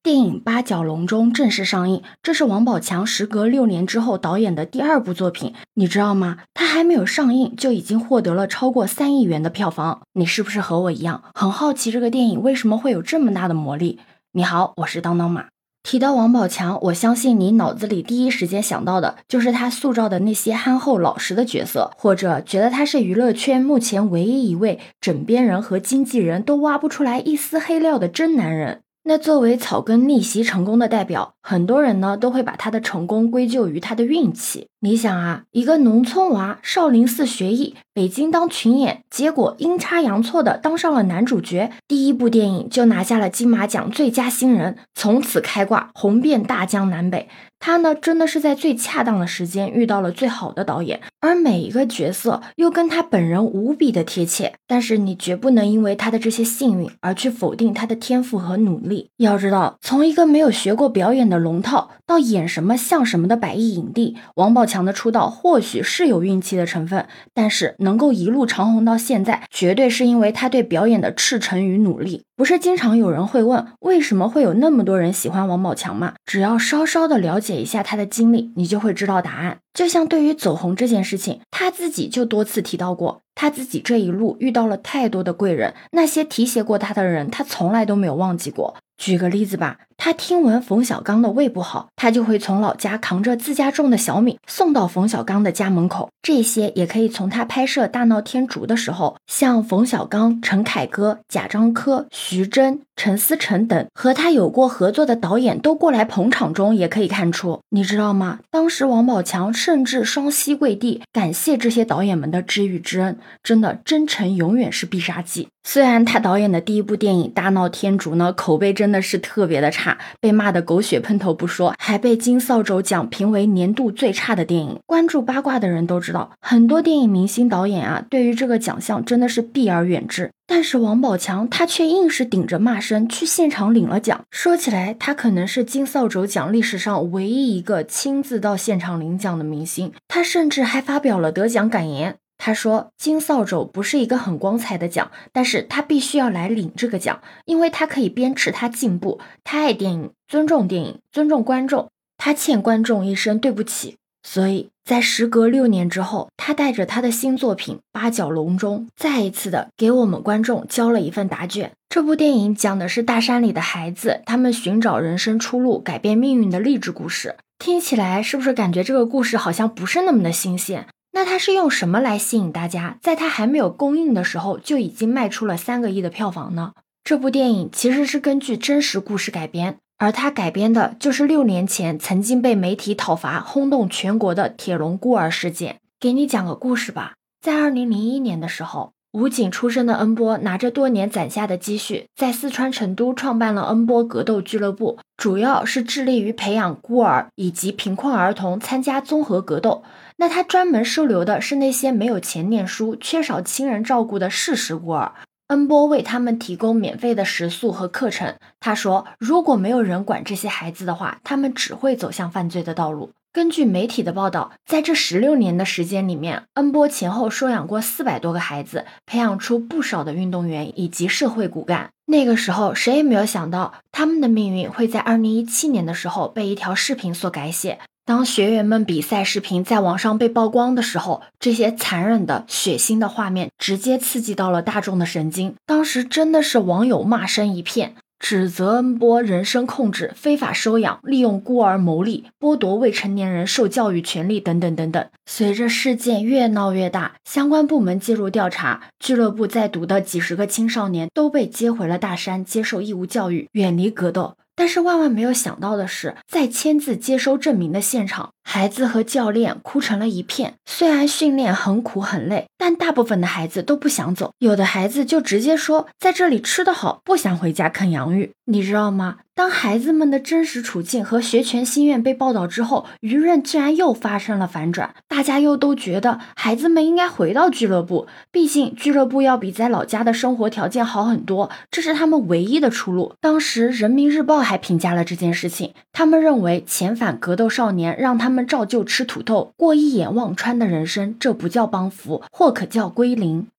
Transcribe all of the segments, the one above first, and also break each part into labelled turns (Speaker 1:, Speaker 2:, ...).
Speaker 1: 电影《八角笼中》正式上映，这是王宝强时隔6年之后导演的第2部作品。你知道吗？他还没有上映就已经获得了超过3亿元的票房。你是不是和我一样很好奇这个电影为什么会有这么大的魔力？你好，我是当当马。提到王宝强，我相信你脑子里第一时间想到的就是他塑造的那些憨厚老实的角色，或者觉得他是娱乐圈目前唯一一位枕边人和经纪人都挖不出来一丝黑料的真男人。那作为草根逆袭成功的代表，很多人呢都会把他的成功归咎于他的运气。你想啊，一个农村娃，少林寺学艺，北京当群演，结果阴差阳错的当上了男主角，第1部电影就拿下了金马奖最佳新人，从此开挂，红遍大江南北。他呢，真的是在最恰当的时间遇到了最好的导演，而每一个角色又跟他本人无比的贴切。但是你绝不能因为他的这些幸运而去否定他的天赋和努力。要知道，从一个没有学过表演的龙套到演什么像什么的百亿影帝，王宝强的出道或许是有运气的成分，但是能够一路长红到现在，绝对是因为他对表演的赤诚与努力。不是经常有人会问，为什么会有那么多人喜欢王宝强吗？只要稍稍的了解一下他的经历，你就会知道答案。就像对于走红这件事情，他自己就多次提到过，他自己这一路遇到了太多的贵人，那些提携过他的人，他从来都没有忘记过。举个例子吧，他听闻冯小刚的胃不好，他就会从老家扛着自家种的小米送到冯小刚的家门口。这些也可以从他拍摄《大闹天竺》的时候，像冯小刚、陈凯歌、贾樟柯、徐峥、陈思诚等和他有过合作的导演都过来捧场中也可以看出。你知道吗？当时王宝强甚至双膝跪地感谢这些导演们的知遇之恩，真的真诚永远是必杀技。虽然他导演的第1部电影《大闹天竺》呢，口碑真的是特别的差，被骂得狗血喷头不说，还被金扫帚奖评为年度最差的电影。关注八卦的人都知道，很多电影明星导演啊，对于这个奖项真的是避而远之。但是王宝强他却硬是顶着骂声去现场领了奖。说起来，他可能是金扫帚奖历史上唯一一个亲自到现场领奖的明星。他甚至还发表了得奖感言。他说，金扫帚不是一个很光彩的奖，但是他必须要来领这个奖，因为他可以鞭笞他进步，他爱电影，尊重电影，尊重观众，他欠观众一声对不起。所以在时隔6年之后，他带着他的新作品《八角笼中》再一次的给我们观众交了一份答卷。这部电影讲的是大山里的孩子，他们寻找人生出路，改变命运的励志故事。听起来是不是感觉这个故事好像不是那么的新鲜？那他是用什么来吸引大家，在他还没有公映的时候就已经卖出了3个亿的票房呢？这部电影其实是根据真实故事改编，而它改编的就是6年前曾经被媒体讨伐轰动全国的铁笼孤儿事件。给你讲个故事吧。在2001年的时候，武警出身的恩波拿着多年攒下的积蓄，在四川成都创办了恩波格斗俱乐部，主要是致力于培养孤儿以及贫困儿童参加综合格斗。那他专门收留的是那些没有钱念书、缺少亲人照顾的事实孤儿。恩波为他们提供免费的食宿和课程。他说，如果没有人管这些孩子的话，他们只会走向犯罪的道路。根据媒体的报道，在这16年的时间里面，恩波前后收养过400多个孩子，培养出不少的运动员以及社会骨干。那个时候谁也没有想到，他们的命运会在2017年的时候被一条视频所改写。当学员们比赛视频在网上被曝光的时候，这些残忍的血腥的画面直接刺激到了大众的神经。当时真的是网友骂声一片，指责恩波人身控制、非法收养、利用孤儿牟利、剥夺未成年人受教育权利等等等等。随着事件越闹越大，相关部门介入调查，俱乐部在读的几十个青少年都被接回了大山接受义务教育，远离格斗。但是万万没有想到的是，在签字接收证明的现场，孩子和教练哭成了一片。虽然训练很苦很累，但大部分的孩子都不想走，有的孩子就直接说在这里吃得好，不想回家啃洋芋。你知道吗？当孩子们的真实处境和学拳心愿被报道之后，舆论居然又发生了反转，大家又都觉得孩子们应该回到俱乐部，毕竟俱乐部要比在老家的生活条件好很多，这是他们唯一的出路。当时人民日报还评价了这件事情，他们认为遣返格斗少年让他们照旧吃土豆，过一眼望穿的人生，这不叫帮扶，或可叫归零。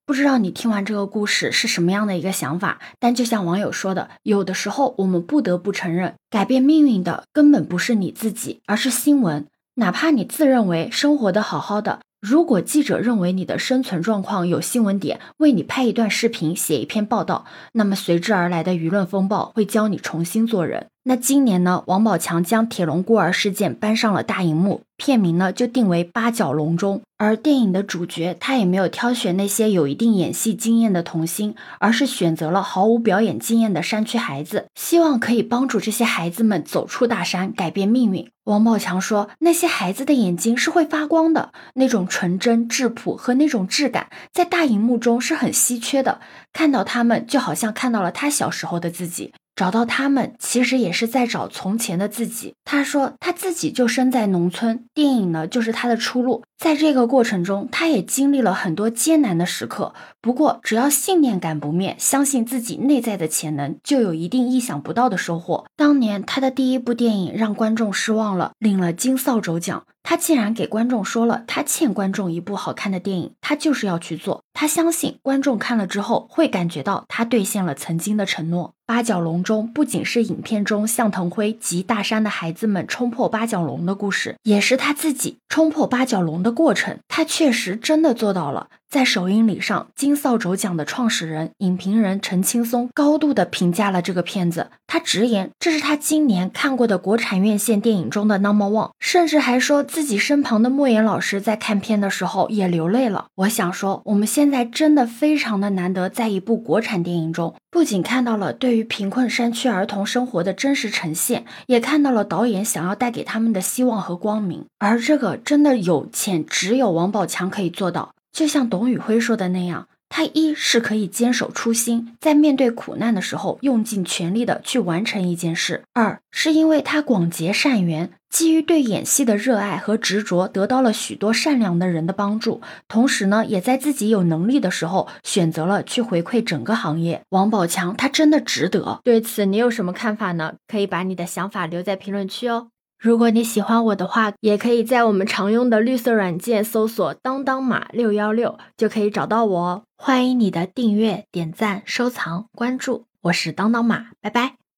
Speaker 1: 不知道你听完这个故事是什么样的一个想法，但就像网友说的，有的时候我们不得不承认，改变命运的根本不是你自己，而是新闻。哪怕你自认为生活的好好的，如果记者认为你的生存状况有新闻点，为你拍一段视频，写一篇报道，那么随之而来的舆论风暴会教你重新做人。那今年呢，王宝强将铁笼孤儿事件搬上了大荧幕，片名呢就定为八角笼中。而电影的主角他也没有挑选那些有一定演戏经验的童星，而是选择了毫无表演经验的山区孩子，希望可以帮助这些孩子们走出大山，改变命运。王宝强说，那些孩子的眼睛是会发光的，那种纯真质朴和那种质感在大荧幕中是很稀缺的，看到他们就好像看到了他小时候的自己，找到他们其实也是在找从前的自己。他说他自己就生在农村，电影呢就是他的出路。在这个过程中，他也经历了很多艰难的时刻，不过只要信念感不灭，相信自己内在的潜能，就有一定意想不到的收获。当年他的第一部电影让观众失望了，领了金扫帚奖，他既然给观众说了他欠观众一部好看的电影，他就是要去做。他相信观众看了之后会感觉到他兑现了曾经的承诺。八角笼中不仅是影片中向腾辉及大山的孩子们冲破八角笼的故事，也是他自己冲破八角笼的过程。他确实真的做到了。在首映礼上，金扫帚奖的创始人、影评人陈青松高度的评价了这个片子，他直言这是他今年看过的国产院线电影中的 No.1， 甚至还说自己身旁的莫言老师在看片的时候也流泪了。我想说，我们现在真的非常的难得，在一部国产电影中，不仅看到了对于贫困山区儿童生活的真实呈现，也看到了导演想要带给他们的希望和光明。而这个真的有且只有王宝强可以做到。就像董宇辉说的那样，他一是可以坚守初心，在面对苦难的时候用尽全力的去完成一件事；二是因为他广结善缘，基于对演戏的热爱和执着，得到了许多善良的人的帮助，同时呢，也在自己有能力的时候选择了去回馈整个行业。王宝强他真的值得。对此你有什么看法呢？可以把你的想法留在评论区哦。如果你喜欢我的话，也可以在我们常用的绿色软件搜索当当马616就可以找到我哦。欢迎你的订阅、点赞、收藏、关注，我是当当马，拜拜。